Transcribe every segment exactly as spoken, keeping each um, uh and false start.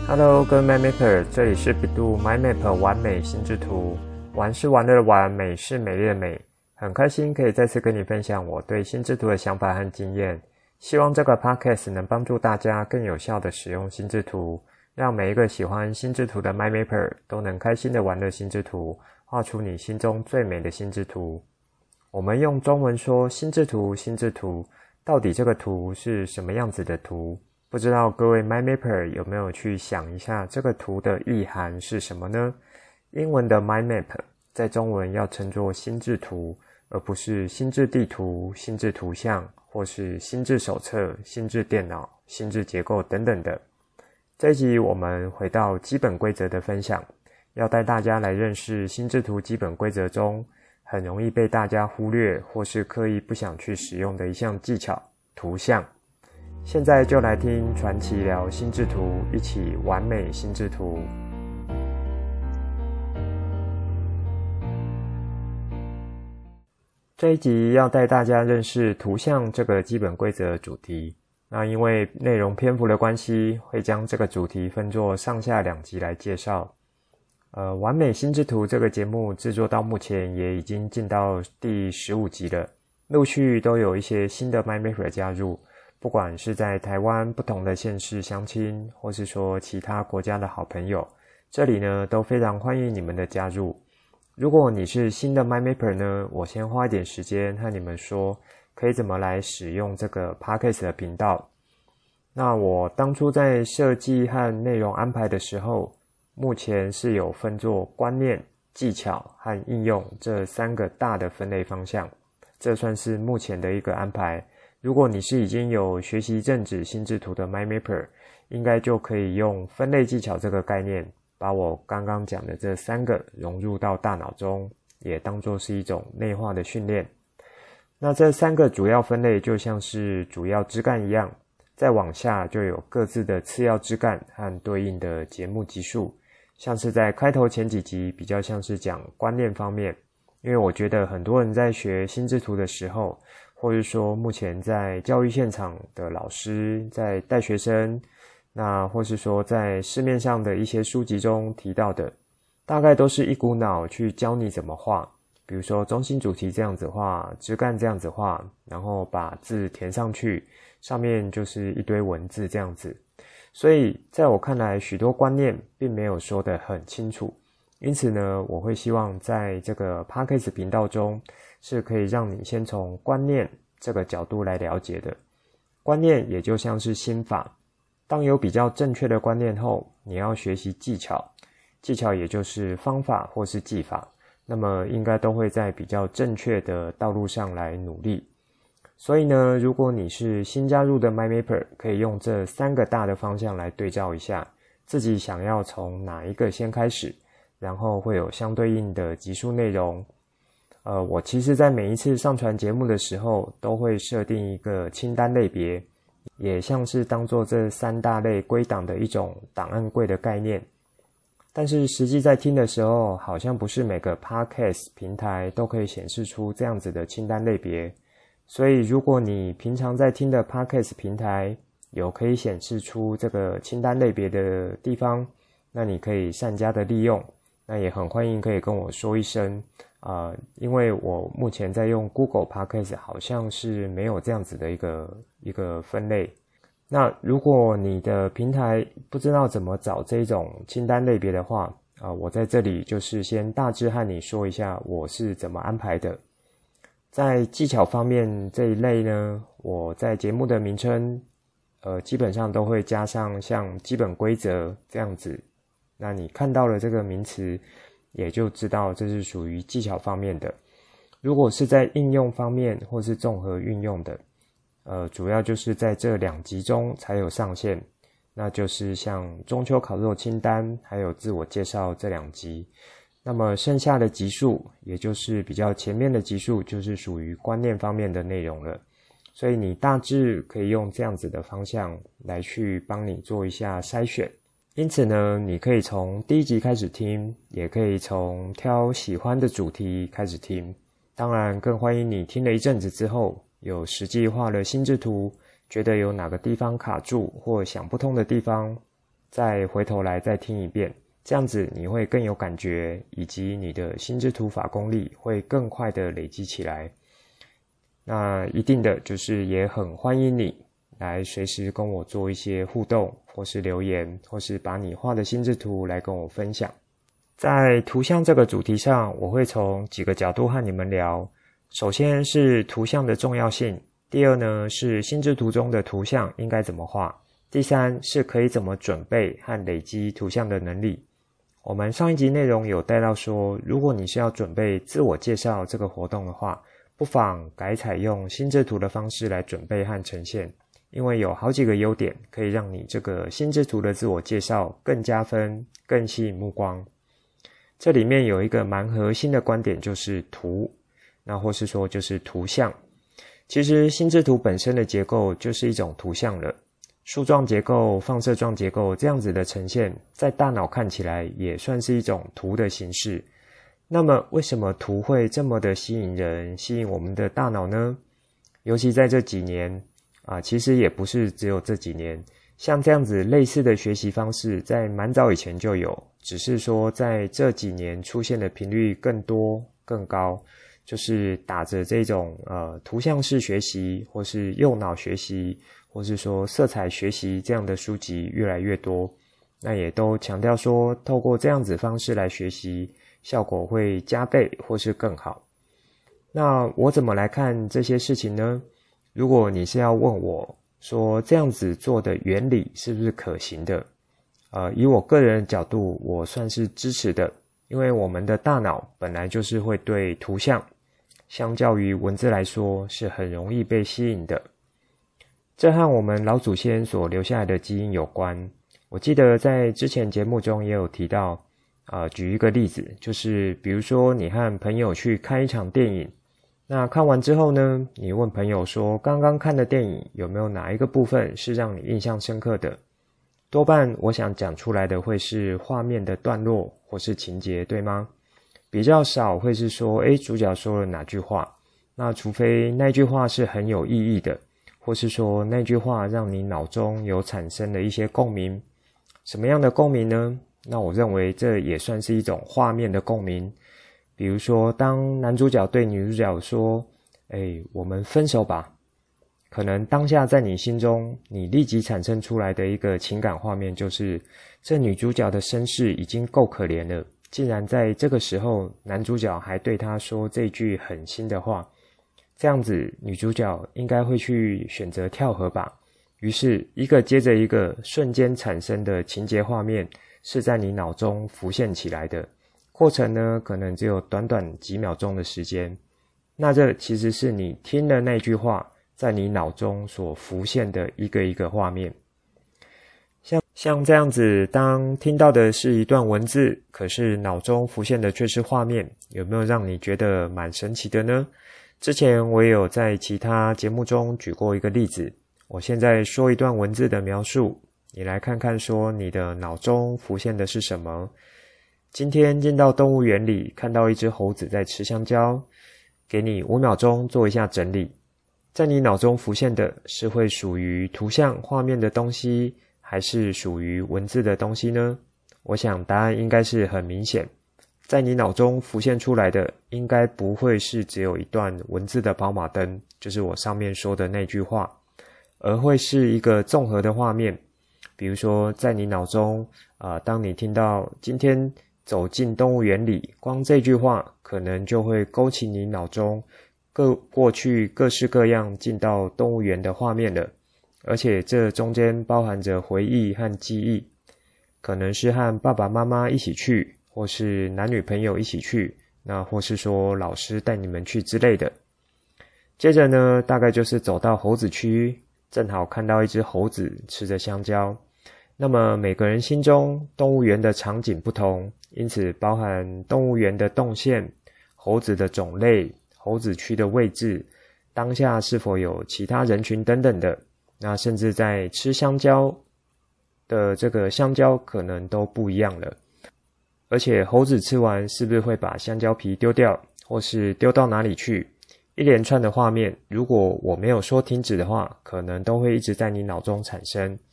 Hello， 各位 MyMapper， 这里是 bEDU MyMap 完美心智图。玩是玩乐的玩，美是美丽的美。很开心可以再次跟你分享我对心智图的想法和经验。希望这个 Podcast 能帮助大家更有效的使用心智图，让每一个喜欢心智图的 MyMapper 都能开心的玩乐心智图，画出你心中最美的心智图。我们用中文说心智图，心智图，到底这个图是什么样子的图？不知道各位 MyMapper 有没有去想一下这个图的意涵是什么呢？英文的 MyMap 在中文要称作心智图，而不是心智地图、心智图像或是心智手册、心智电脑、心智结构等等的。这一集我们回到基本规则的分享，要带大家来认识心智图基本规则中很容易被大家忽略或是刻意不想去使用的一项技巧——图像。现在就来听传奇聊心智图，一起完美心智图。这一集要带大家认识图像这个基本规则主题。那因为内容篇幅的关系，会将这个主题分作上下两集来介绍。呃，完美心智图这个节目制作到目前也已经进到第十五集了，陆续都有一些新的 MyMapper 加入。不管是在台湾不同的县市乡亲，或是说其他国家的好朋友，这里呢都非常欢迎你们的加入。如果你是新的 MyMapper 呢，我先花一点时间和你们说，可以怎么来使用这个 Podcast 的频道。那我当初在设计和内容安排的时候，目前是有分作观念、技巧和应用这三个大的分类方向，这算是目前的一个安排。如果你是已经有学习一阵子心智图的 MyMapper， 应该就可以用分类技巧这个概念，把我刚刚讲的这三个融入到大脑中，也当作是一种内化的训练。那这三个主要分类就像是主要枝干一样，再往下就有各自的次要枝干和对应的节目集数。像是在开头前几集比较像是讲观念方面，因为我觉得很多人在学心智图的时候，或是说目前在教育现场的老师在带学生，那或是说在市面上的一些书籍中提到的，大概都是一股脑去教你怎么画，比如说中心主题这样子画，枝干这样子画，然后把字填上去，上面就是一堆文字这样子。所以在我看来，许多观念并没有说得很清楚，因此呢，我会希望在这个 Podcast 频道中是可以让你先从观念这个角度来了解的。观念也就像是心法，当有比较正确的观念后，你要学习技巧，技巧也就是方法或是技法，那么应该都会在比较正确的道路上来努力。所以呢，如果你是新加入的 MyMapper， 可以用这三个大的方向来对照一下，自己想要从哪一个先开始，然后会有相对应的集数内容。呃，我其实在每一次上传节目的时候，都会设定一个清单类别，也像是当做这三大类归档的一种档案柜的概念。但是实际在听的时候，好像不是每个 Podcast 平台都可以显示出这样子的清单类别。所以如果你平常在听的 Podcast 平台有可以显示出这个清单类别的地方，那你可以善加的利用。那也很欢迎可以跟我说一声，呃，因为我目前在用 Google Podcast 好像是没有这样子的一个一个分类。那如果你的平台不知道怎么找这种清单类别的话，啊、呃，我在这里就是先大致和你说一下我是怎么安排的。在技巧方面这一类呢，我在节目的名称，呃，基本上都会加上像基本规则这样子。那你看到了这个名词，也就知道这是属于技巧方面的。如果是在应用方面或是综合运用的，呃，主要就是在这两集中才有上线，那就是像中秋烤肉清单还有自我介绍这两集。那么剩下的集数，也就是比较前面的集数，就是属于观念方面的内容了。所以你大致可以用这样子的方向来去帮你做一下筛选。因此呢，你可以从第一集开始听，也可以从挑喜欢的主题开始听。当然更欢迎你听了一阵子之后，有实际画了心智图，觉得有哪个地方卡住或想不通的地方， 再回头来再听一遍，这样子你会更有感觉，以及你的心智图法功力会更快的累积起来。那一定的就是也很欢迎你来随时跟我做一些互动，或是留言，或是把你画的心智图来跟我分享。在图像这个主题上，我会从几个角度和你们聊。首先是图像的重要性，第二呢是心智图中的图像应该怎么画，第三是可以怎么准备和累积图像的能力。我们上一集内容有带到说，如果你是要准备自我介绍这个活动的话，不妨改采用心智图的方式来准备和呈现，因为有好几个优点可以让你这个心智图的自我介绍更加分，更吸引目光。这里面有一个蛮核心的观点，就是图，那或是说就是图像。其实心智图本身的结构就是一种图像了，树状结构、放射状结构这样子的呈现，在大脑看起来也算是一种图的形式。那么为什么图会这么的吸引人，吸引我们的大脑呢？尤其在这几年啊，其实也不是只有这几年，像这样子类似的学习方式在蛮早以前就有，只是说在这几年出现的频率更多更高，就是打着这种呃图像式学习，或是右脑学习，或是说色彩学习这样的书籍越来越多，那也都强调说透过这样子方式来学习，效果会加倍或是更好。那我怎么来看这些事情呢？如果你是要问我说这样子做的原理是不是可行的，呃，以我个人的角度，我算是支持的，因为我们的大脑本来就是会对图像，相较于文字来说是很容易被吸引的。这和我们老祖先所留下来的基因有关。我记得在之前节目中也有提到，呃，举一个例子，就是比如说你和朋友去看一场电影，那看完之后呢，你问朋友说刚刚看的电影有没有哪一个部分是让你印象深刻的，多半我想讲出来的会是画面的段落或是情节，对吗？比较少会是说诶主角说了哪句话，那除非那句话是很有意义的，或是说那句话让你脑中有产生了一些共鸣。什么样的共鸣呢？那我认为这也算是一种画面的共鸣。比如说当男主角对女主角说诶我们分手吧，可能当下在你心中你立即产生出来的一个情感画面就是这女主角的身世已经够可怜了，竟然在这个时候男主角还对她说这句狠心的话，这样子女主角应该会去选择跳河吧。于是一个接着一个瞬间产生的情节画面是在你脑中浮现起来的，过程呢可能只有短短几秒钟的时间，那这其实是你听了那句话在你脑中所浮现的一个一个画面。像像这样子，当听到的是一段文字，可是脑中浮现的却是画面，有没有让你觉得蛮神奇的呢？之前我也有在其他节目中举过一个例子，我现在说一段文字的描述，你来看看说你的脑中浮现的是什么。今天进到动物园里，看到一只猴子在吃香蕉，给你五秒钟做一下整理。在你脑中浮现的是会属于图像画面的东西，还是属于文字的东西呢？我想答案应该是很明显，在你脑中浮现出来的应该不会是只有一段文字的跑马灯，就是我上面说的那句话，而会是一个综合的画面。比如说在你脑中呃，当你听到今天走进动物园里，光这句话可能就会勾起你脑中各过去各式各样进到动物园的画面了，而且这中间包含着回忆和记忆，可能是和爸爸妈妈一起去，或是男女朋友一起去，那或是说老师带你们去之类的。接着呢，大概就是走到猴子区，正好看到一只猴子吃着香蕉。那么每个人心中动物园的场景不同，因此包含动物园的动线、猴子的种类、猴子区的位置、当下是否有其他人群等等的，那甚至在吃香蕉的这个香蕉可能都不一样了。而且猴子吃完是不是会把香蕉皮丢掉，或是丢到哪里去，一连串的画面，如果我没有说停止的话，可能都会一直在你脑中产生。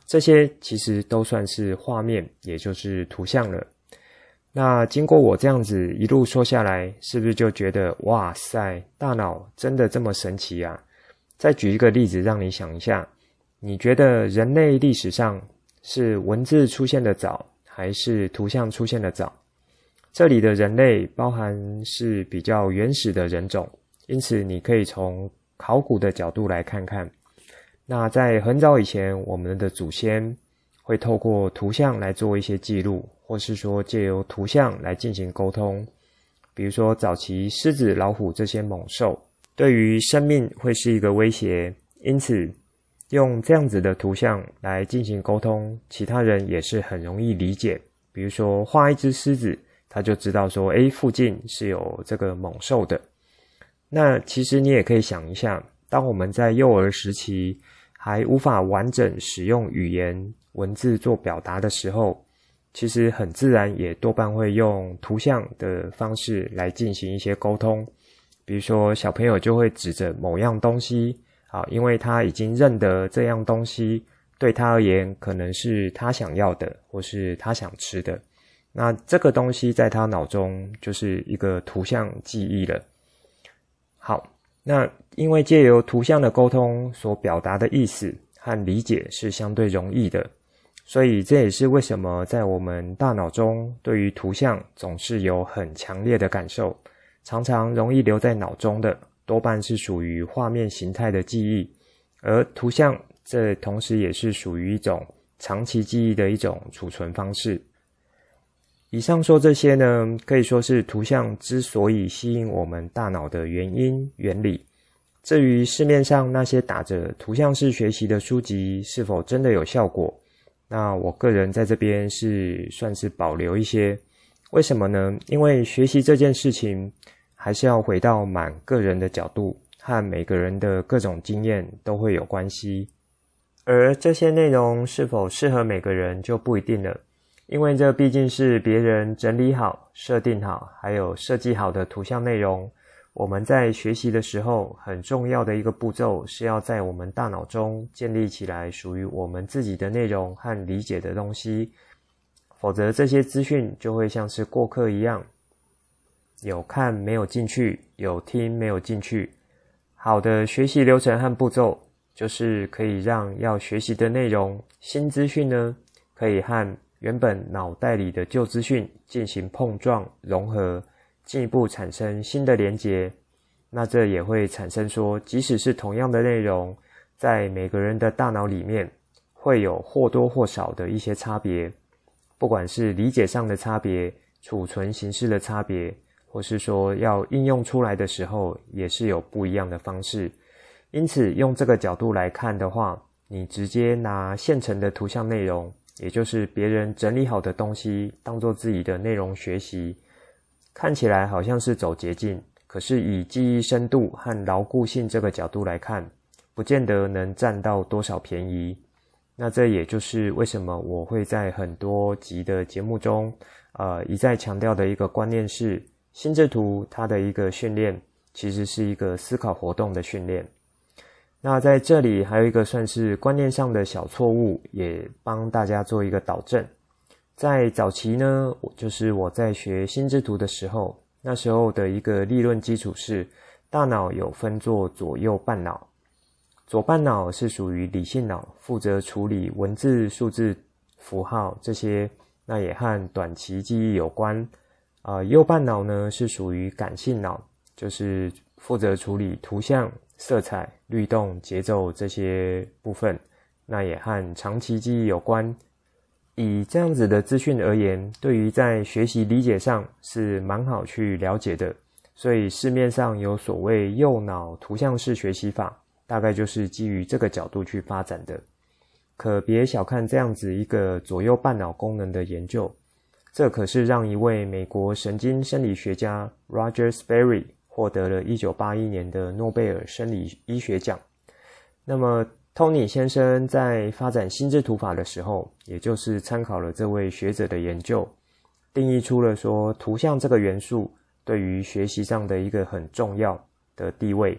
这些其实都算是画面，也就是图像了。那经过我这样子一路说下来，是不是就觉得哇塞，大脑真的这么神奇啊？再举一个例子让你想一下，你觉得人类历史上是文字出现的早，还是图像出现的早？这里的人类包含是比较原始的人种，因此你可以从考古的角度来看看。那在很早以前，我们的祖先会透过图像来做一些记录，或是说借由图像来进行沟通。比如说早期狮子、老虎这些猛兽，对于生命会是一个威胁，因此用这样子的图像来进行沟通，其他人也是很容易理解。比如说画一只狮子，他就知道说，诶，附近是有这个猛兽的。那其实你也可以想一下，当我们在幼儿时期还无法完整使用语言文字做表达的时候，其实很自然也多半会用图像的方式来进行一些沟通。比如说小朋友就会指着某样东西，啊，因为他已经认得这样东西对他而言可能是他想要的，或是他想吃的。那这个东西在他脑中就是一个图像记忆了。好，那因为借由图像的沟通所表达的意思和理解是相对容易的，所以这也是为什么在我们大脑中对于图像总是有很强烈的感受，常常容易留在脑中的多半是属于画面形态的记忆，而图像这同时也是属于一种长期记忆的一种储存方式。以上说这些呢，可以说是图像之所以吸引我们大脑的原因原理。至于市面上那些打着图像式学习的书籍是否真的有效果，那我个人在这边是算是保留一些。为什么呢？因为学习这件事情还是要回到满个人的角度，和每个人的各种经验都会有关系。而这些内容是否适合每个人就不一定了。因为这毕竟是别人整理好、设定好，还有设计好的图像内容。我们在学习的时候，很重要的一个步骤是要在我们大脑中建立起来属于我们自己的内容和理解的东西。否则这些资讯就会像是过客一样，有看没有进去，有听没有进去。好的学习流程和步骤，就是可以让要学习的内容、新资讯呢，可以和原本脑袋里的旧资讯进行碰撞融合，进一步产生新的连结。那这也会产生说，即使是同样的内容，在每个人的大脑里面会有或多或少的一些差别，不管是理解上的差别、储存形式的差别，或是说要应用出来的时候也是有不一样的方式。因此用这个角度来看的话，你直接拿现成的图像内容，也就是别人整理好的东西当做自己的内容学习，看起来好像是走捷径，可是以记忆深度和牢固性这个角度来看，不见得能占到多少便宜。那这也就是为什么我会在很多集的节目中呃，一再强调的一个观念是，心智图它的一个训练其实是一个思考活动的训练。那在这里还有一个算是观念上的小错误，也帮大家做一个导正。在早期呢，就是我在学心智图的时候，那时候的一个理论基础是，大脑有分作左右半脑。左半脑是属于理性脑，负责处理文字、数字、符号这些，那也和短期记忆有关。呃，右半脑呢是属于感性脑，就是负责处理图像、色彩、律动、节奏这些部分，那也和长期记忆有关。以这样子的资讯而言，对于在学习理解上是蛮好去了解的，所以市面上有所谓右脑图像式学习法，大概就是基于这个角度去发展的。可别小看这样子一个左右半脑功能的研究，这可是让一位美国神经生理学家 Roger Sperry 获得了一九八一年的诺贝尔生理医学奖。那么 Tony 先生在发展心智图法的时候，也就是参考了这位学者的研究，定义出了说图像这个元素对于学习上的一个很重要的地位。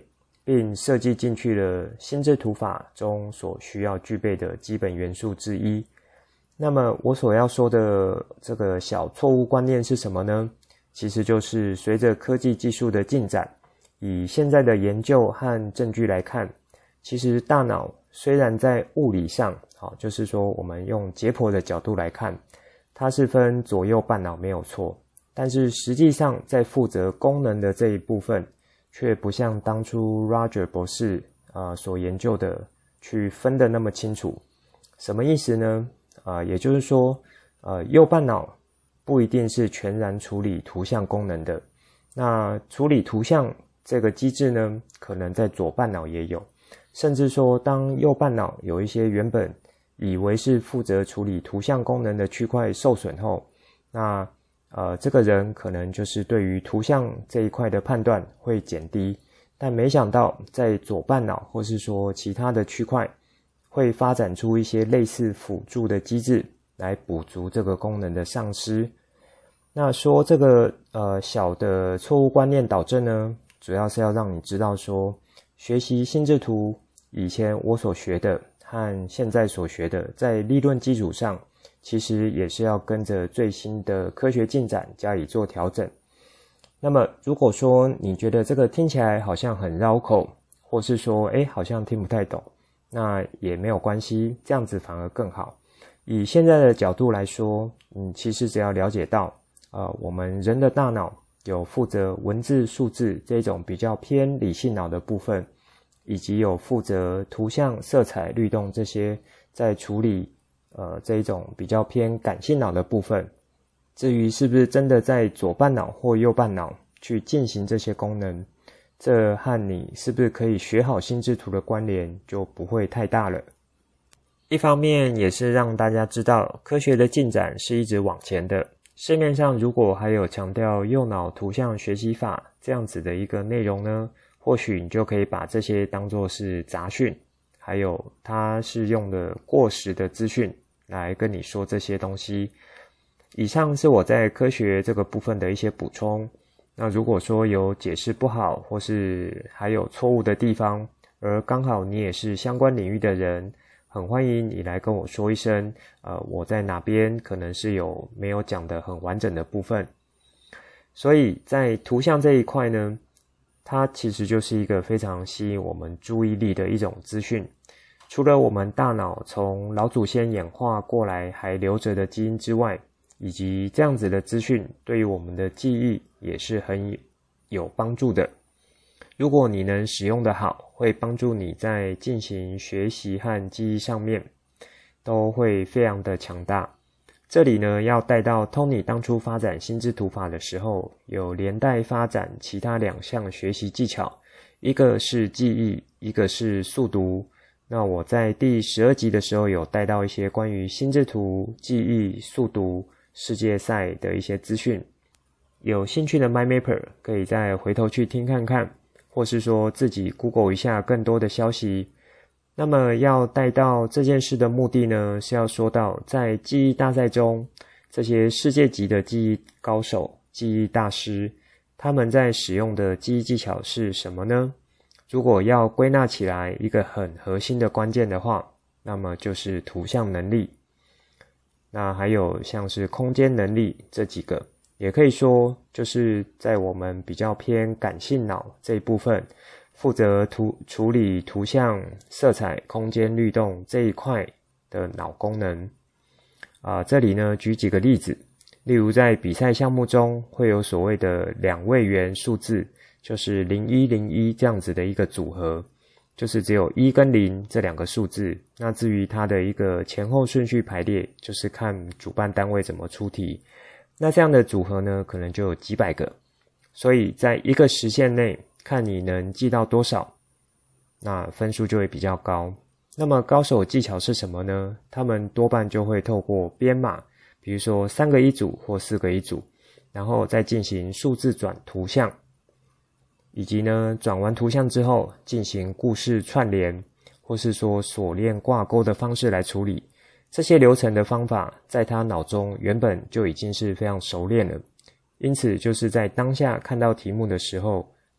并设计进去了心智图法中所需要具备的基本元素之一。那么我所要说的这个小错误观念是什么呢？其实就是随着科技技术的进展，以现在的研究和证据来看，其实大脑虽然在物理上，好，就是说我们用解剖的角度来看，它是分左右半脑没有错，但是实际上在负责功能的这一部分，却不像当初 Roger 博士呃所研究的去分得那么清楚。什么意思呢？呃，也就是说，呃，右半脑不一定是全然处理图像功能的。那处理图像这个机制呢，可能在左半脑也有。甚至说，当右半脑有一些原本以为是负责处理图像功能的区块受损后，那呃，这个人可能就是对于图像这一块的判断会减低。但没想到，在左半脑或是说其他的区块，会发展出一些类似辅助的机制来补足这个功能的丧失。那说这个呃小的错误观念导正呢，主要是要让你知道说，学习心智图以前我所学的和现在所学的，在理论基础上，其实也是要跟着最新的科学进展加以做调整。那么如果说你觉得这个听起来好像很绕口，或是说诶好像听不太懂，那也没有关系，这样子反而更好。以现在的角度来说，嗯，其实只要了解到，呃，我们人的大脑有负责文字、数字这种比较偏理性脑的部分，以及有负责图像、色彩、律动这些在处理呃这一种比较偏感性脑的部分。至于是不是真的在左半脑或右半脑去进行这些功能，这和你是不是可以学好心智图的关联就不会太大了。一方面也是让大家知道科学的进展是一直往前的，市面上如果还有强调右脑图像学习法这样子的一个内容呢，或许你就可以把这些当作是杂讯，还有它是用的过时的资讯来跟你说这些东西。以上是我在科学这个部分的一些补充。那如果说有解释不好，或是还有错误的地方，而刚好你也是相关领域的人，很欢迎你来跟我说一声，呃，我在哪边可能是有没有讲得很完整的部分。所以在图像这一块呢，它其实就是一个非常吸引我们注意力的一种资讯。除了我们大脑从老祖先演化过来还留着的基因之外，以及这样子的资讯对于我们的记忆也是很有帮助的。如果你能使用得好，会帮助你在进行学习和记忆上面都会非常的强大。这里呢，要带到 Tony 当初发展心智图法的时候，有连带发展其他两项学习技巧，一个是记忆，一个是速读。那我在第十二集的时候有带到一些关于心智图、记忆、速读、世界赛的一些资讯，有兴趣的 MyMapper 可以再回头去听看看，或是说自己 Google 一下更多的消息。那么要带到这件事的目的呢，是要说到在记忆大赛中，这些世界级的记忆高手、记忆大师，他们在使用的记忆技巧是什么呢？如果要归纳起来一个很核心的关键的话，那么就是图像能力。那还有像是空间能力这几个，也可以说就是在我们比较偏感性脑这一部分，负责图处理图像、色彩、空间律动这一块的脑功能。啊、呃，这里呢举几个例子，例如在比赛项目中会有所谓的两位元数字，就是零一零一这样子的一个组合。就是只有一跟零这两个数字，那至于它的一个前后顺序排列，就是看主办单位怎么出题。那这样的组合呢，可能就有几百个，所以在一个时限内，看你能记到多少，那分数就会比较高。那么高手技巧是什么呢？他们多半就会透过编码，比如说三个一组或四个一组，然后再进行数字转图像。以及呢，转完图像之后进行故事串联，或是说锁链挂钩的方式来处理。这些流程的方法在他脑中原本就已经是非常熟练了，因此就是在当下看到题目的时候，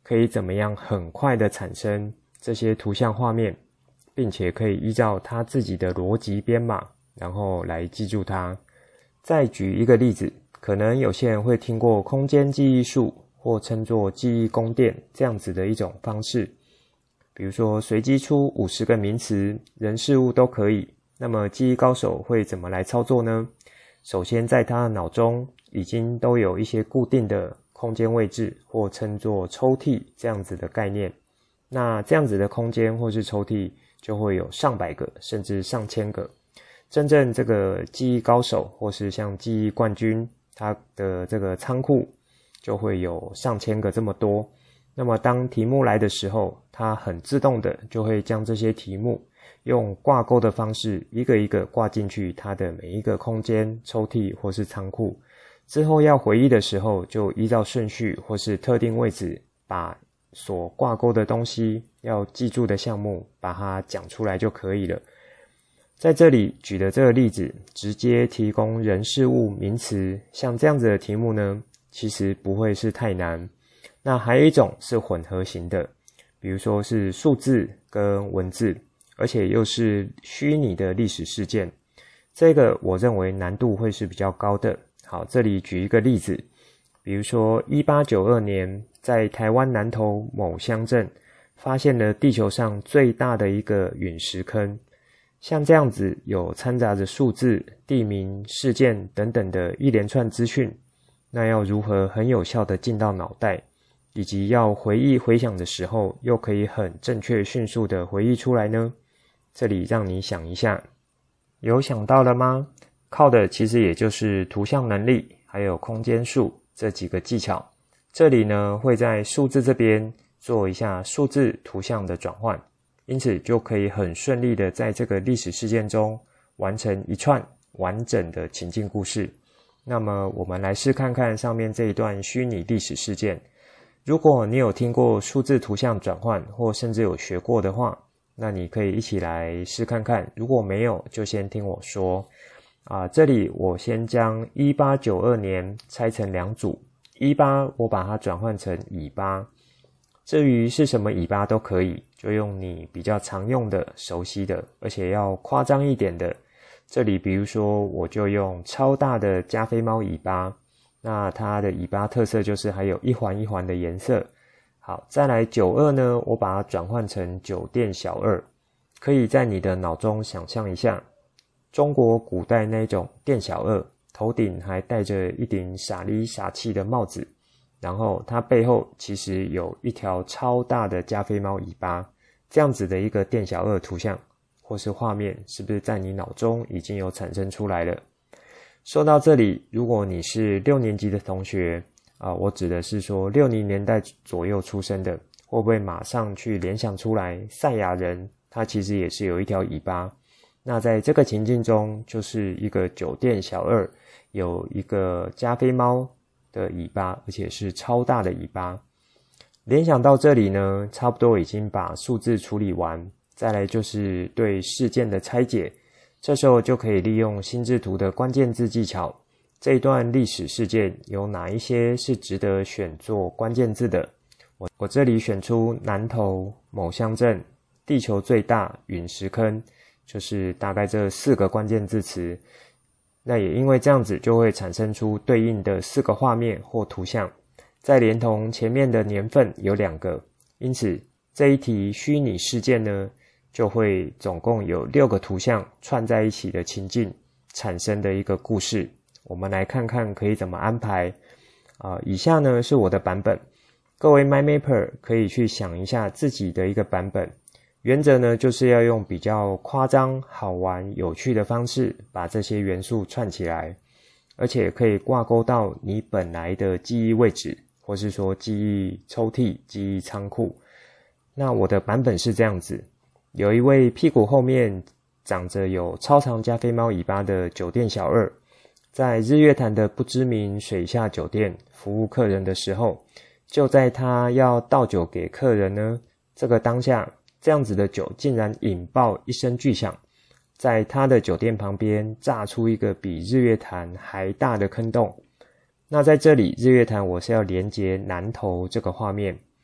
可以怎么样很快的产生这些图像画面，并且可以依照他自己的逻辑编码，然后来记住它。再举一个例子，可能有些人会听过空间记忆术，或称作记忆宫殿这样子的一种方式。比如说随机出五十个名词，人事物都可以。那么记忆高手会怎么来操作呢？首先在他的脑中已经都有一些固定的空间位置，或称作抽屉这样子的概念。那这样子的空间或是抽屉就会有上百个甚至上千个。真正这个记忆高手或是像记忆冠军，他的这个仓库就会有上千个这么多。那么当题目来的时候，他很自动的就会将这些题目用挂钩的方式一个一个挂进去他的每一个空间、抽屉或是仓库。之后要回忆的时候，就依照顺序或是特定位置，把所挂钩的东西要记住的项目把它讲出来就可以了。在这里举的这个例子，直接提供人事物名词，像这样子的题目呢，其实不会是太难。那还有一种是混合型的，比如说是数字跟文字，而且又是虚拟的历史事件，这个我认为难度会是比较高的。好，这里举一个例子，比如说一八九二年在台湾南投某乡镇发现了地球上最大的一个陨石坑。像这样子有掺杂着数字、地名、事件等等的一连串资讯，那要如何很有效的进到脑袋，以及要回忆回想的时候又可以很正确迅速的回忆出来呢？这里让你想一下，有想到了吗？靠的其实也就是图像能力还有空间术这几个技巧。这里呢会在数字这边做一下数字图像的转换，因此就可以很顺利的在这个历史事件中完成一串完整的情境故事。那么我们来试看看上面这一段虚拟历史事件。如果你有听过数字图像转换，或甚至有学过的话，那你可以一起来试看看。如果没有，就先听我说。啊，这里我先将一八九二年拆成两组，一八我把它转换成乙八。至于是什么尾巴都可以，就用你比较常用的、熟悉的，而且要夸张一点的。这里比如说我就用超大的加菲猫尾巴，那它的尾巴特色就是还有一环一环的颜色。好，再来九二呢，我把它转换成酒店小二。可以在你的脑中想象一下，中国古代那种店小二，头顶还戴着一顶傻里傻气的帽子，然后它背后其实有一条超大的加菲猫尾巴，这样子的一个店小二图像或是画面，是不是在你脑中已经有产生出来了？说到这里，如果你是六年级的同学啊、呃，我指的是说六零年代左右出生的，会不会马上去联想出来赛亚人它其实也是有一条尾巴？那在这个情境中，就是一个酒店小二有一个加菲猫的尾巴，而且是超大的尾巴。联想到这里呢，差不多已经把数字处理完，再来就是对事件的拆解。这时候就可以利用心智图的关键字技巧，这一段历史事件有哪一些是值得选做关键字的？我我这里选出南投某乡镇地球最大陨石坑，就是大概这四个关键字词。那也因为这样子就会产生出对应的四个画面或图像，再连同前面的年份有两个，因此这一题虚拟事件呢，就会总共有六个图像串在一起的情境产生的一个故事。我们来看看可以怎么安排。呃、以下呢是我的版本，各位 MyMapper 可以去想一下自己的一个版本。原则呢，就是要用比较夸张、好玩、有趣的方式把这些元素串起来，而且可以挂钩到你本来的记忆位置，或是说记忆抽屉、记忆仓库。那我的版本是这样子，有一位屁股后面长着有超长加菲猫尾巴的酒店小二，在日月潭的不知名水下酒店服务客人的时候，就在他要倒酒给客人呢，这个当下，这样子的酒竟然引爆一声巨响，在他的酒店旁边炸出一个比日月潭还大的坑洞。那在这里日月潭我是要连接南投这个画面，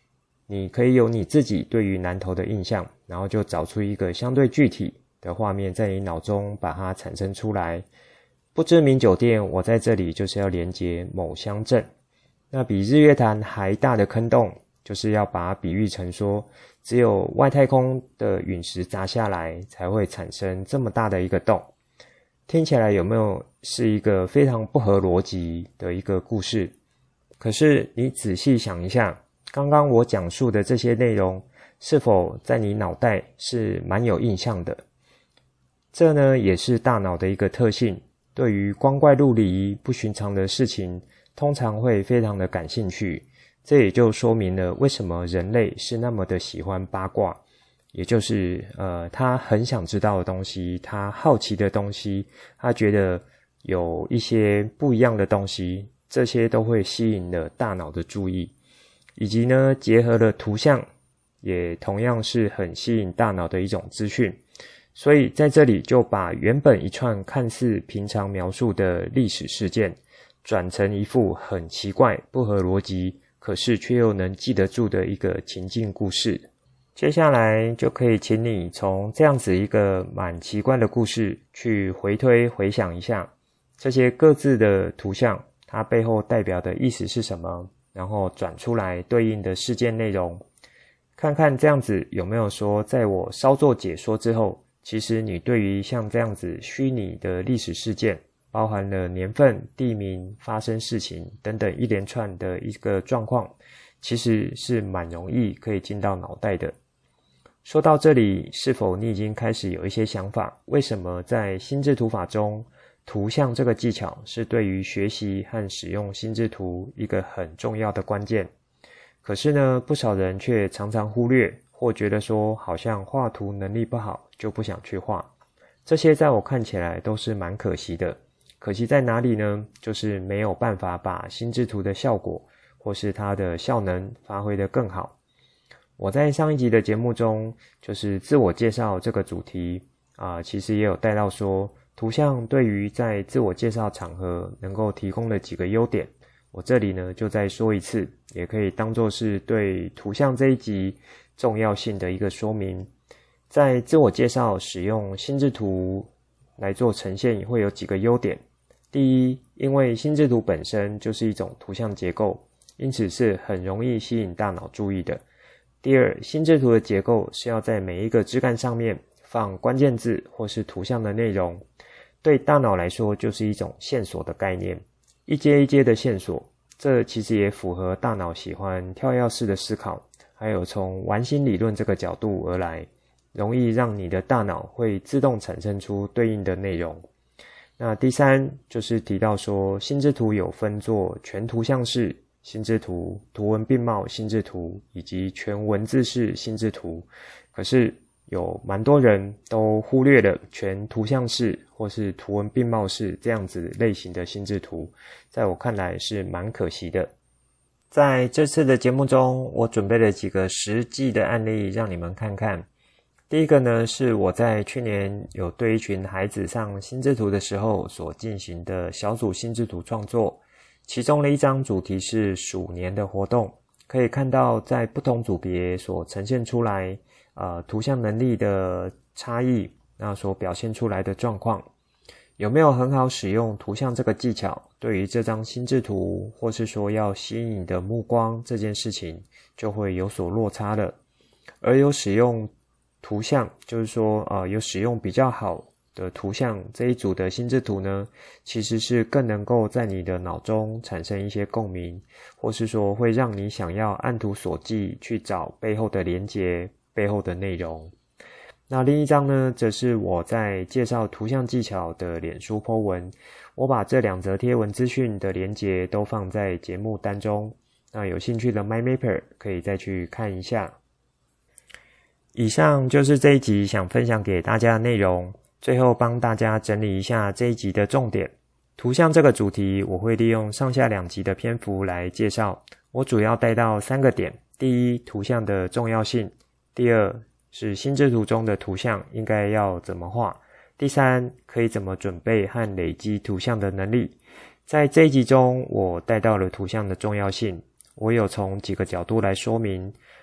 你可以有你自己对于南投的印象，然后就找出一个相对具体的画面，在你脑中把它产生出来。不知名酒店，我在这里就是要连接某乡镇。那比日月潭还大的坑洞，就是要把它比喻成说，只有外太空的陨石砸下来，才会产生这么大的一个洞。听起来有没有是一个非常不合逻辑的一个故事？可是你仔细想一下，刚刚我讲述的这些内容，是否在你脑袋是蛮有印象的？这呢，也是大脑的一个特性，对于光怪陆离、不寻常的事情，通常会非常的感兴趣。这也就说明了为什么人类是那么的喜欢八卦，也就是呃，他很想知道的东西，他好奇的东西，他觉得有一些不一样的东西，这些都会吸引了大脑的注意，以及呢，结合了图像，也同样是很吸引大脑的一种资讯。所以在这里就把原本一串看似平常描述的历史事件，转成一副很奇怪、不合逻辑，可是却又能记得住的一个情境故事。接下来就可以请你从这样子一个蛮奇怪的故事去回推回想一下，这些各自的图像，它背后代表的意思是什么，然后转出来对应的事件内容，看看这样子有没有说，在我稍作解说之后，其实你对于像这样子虚拟的历史事件，包含了年份、地名、发生事情等等一连串的一个状况，其实是蛮容易可以进到脑袋的。说到这里，是否你已经开始有一些想法，为什么在心智图法中，图像这个技巧是对于学习和使用心智图一个很重要的关键？可是呢，不少人却常常忽略，或觉得说好像画图能力不好，就不想去画。这些在我看起来都是蛮可惜的。可惜在哪里呢？就是没有办法把心智图的效果，或是它的效能发挥得更好。我在上一集的节目中，就是自我介绍这个主题啊、呃，其实也有带到说，图像对于在自我介绍场合能够提供的几个优点。我这里呢就再说一次，也可以当作是对图像这一集重要性的一个说明。在自我介绍使用心智图来做呈现，也会有几个优点。第一，因为心智图本身就是一种图像结构，因此是很容易吸引大脑注意的。第二，心智图的结构是要在每一个枝干上面放关键字或是图像的内容，对大脑来说就是一种线索的概念，一阶一阶的线索，这其实也符合大脑喜欢跳跃式的思考，还有从完形理论这个角度而来，容易让你的大脑会自动产生出对应的内容。那第三，就是提到说心智图有分作全图像式心智图、图文并茂心智图以及全文字式心智图，可是有蛮多人都忽略了全图像式或是图文并茂式这样子类型的心智图，在我看来是蛮可惜的。在这次的节目中，我准备了几个实际的案例让你们看看。第一个呢，是我在去年有对一群孩子上心智图的时候所进行的小组心智图创作，其中的一张主题是鼠年的活动，可以看到在不同组别所呈现出来呃图像能力的差异，那所表现出来的状况，有没有很好使用图像这个技巧，对于这张心智图或是说要吸引你的目光这件事情就会有所落差了。而有使用图像，就是说呃有使用比较好的图像这一组的心智图呢，其实是更能够在你的脑中产生一些共鸣，或是说会让你想要按图索骥去找背后的连结、背后的内容。那另一张呢，则是我在介绍图像技巧的脸书 po 文，我把这两则贴文资讯的连结都放在节目单中，那有兴趣的 MyMapper 可以再去看一下。以上就是这一集想分享给大家的内容，最后帮大家整理一下这一集的重点。图像这个主题我会利用上下两集的篇幅来介绍，我主要带到三个点。第一，图像的重要性；第二，是心智图中的图像应该要怎么画；第三，可以怎么准备和累积图像的能力。在这一集中，我带到了图像的重要性，我有从几个角度来说明，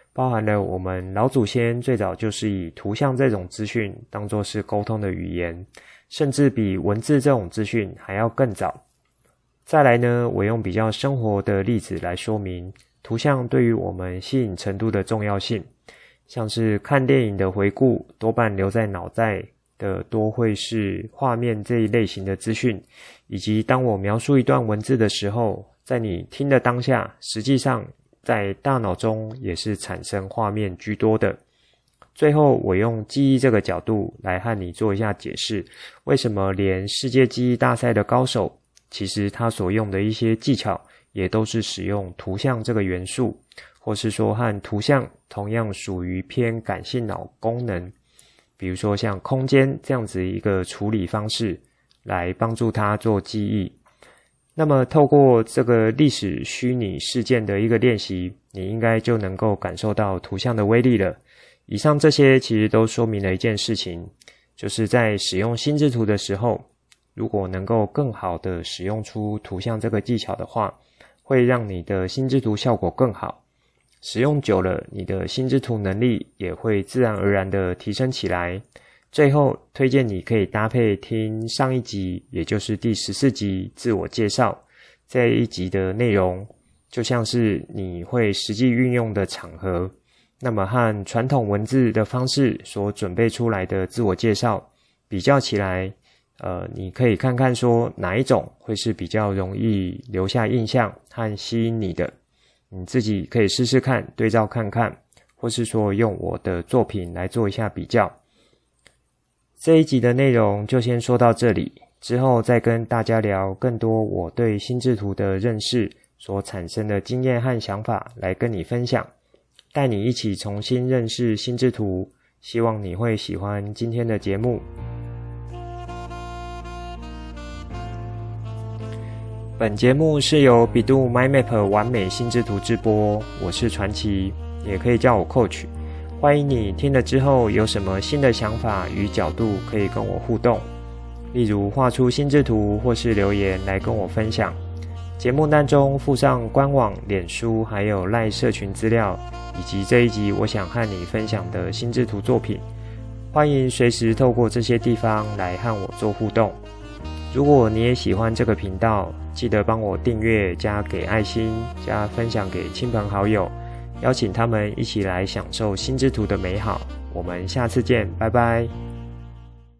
包含了我们老祖先最早就是以图像这种资讯当作是沟通的语言，甚至比文字这种资讯还要更早。再来呢，我用比较生活的例子来说明图像对于我们吸引程度的重要性。像是看电影的回顾，多半留在脑袋的多会是画面这一类型的资讯，以及当我描述一段文字的时候，在你听的当下，实际上在大脑中也是产生画面居多的。最后我用记忆这个角度来和你做一下解释，为什么连世界记忆大赛的高手，其实他所用的一些技巧也都是使用图像这个元素，或是说和图像同样属于偏感性脑功能，比如说像空间这样子一个处理方式来帮助他做记忆。那么透过这个历史虚拟事件的一个练习，你应该就能够感受到图像的威力了。以上这些其实都说明了一件事情，就是在使用心智图的时候，如果能够更好的使用出图像这个技巧的话，会让你的心智图效果更好。使用久了，你的心智图能力也会自然而然的提升起来。最后推荐你可以搭配听上一集，也就是第十四集自我介绍这一集的内容，就像是你会实际运用的场合，那么和传统文字的方式所准备出来的自我介绍比较起来，呃，你可以看看说哪一种会是比较容易留下印象和吸引你的，你自己可以试试看，对照看看，或是说用我的作品来做一下比较。这一集的内容就先说到这里，之后再跟大家聊更多我对心智图的认识所产生的经验和想法来跟你分享，带你一起重新认识心智图，希望你会喜欢今天的节目。本节目是由比度 MyMap 完美心智图直播，我是传奇，也可以叫我 Coach。欢迎你听了之后有什么新的想法与角度可以跟我互动，例如画出心智图或是留言来跟我分享。节目单中附上官网、脸书还有 LINE 社群资料，以及这一集我想和你分享的心智图作品。欢迎随时透过这些地方来和我做互动。如果你也喜欢这个频道，记得帮我订阅、加给爱心、加分享给亲朋好友，邀请他们一起来享受心智图的美好。我们下次见，拜拜。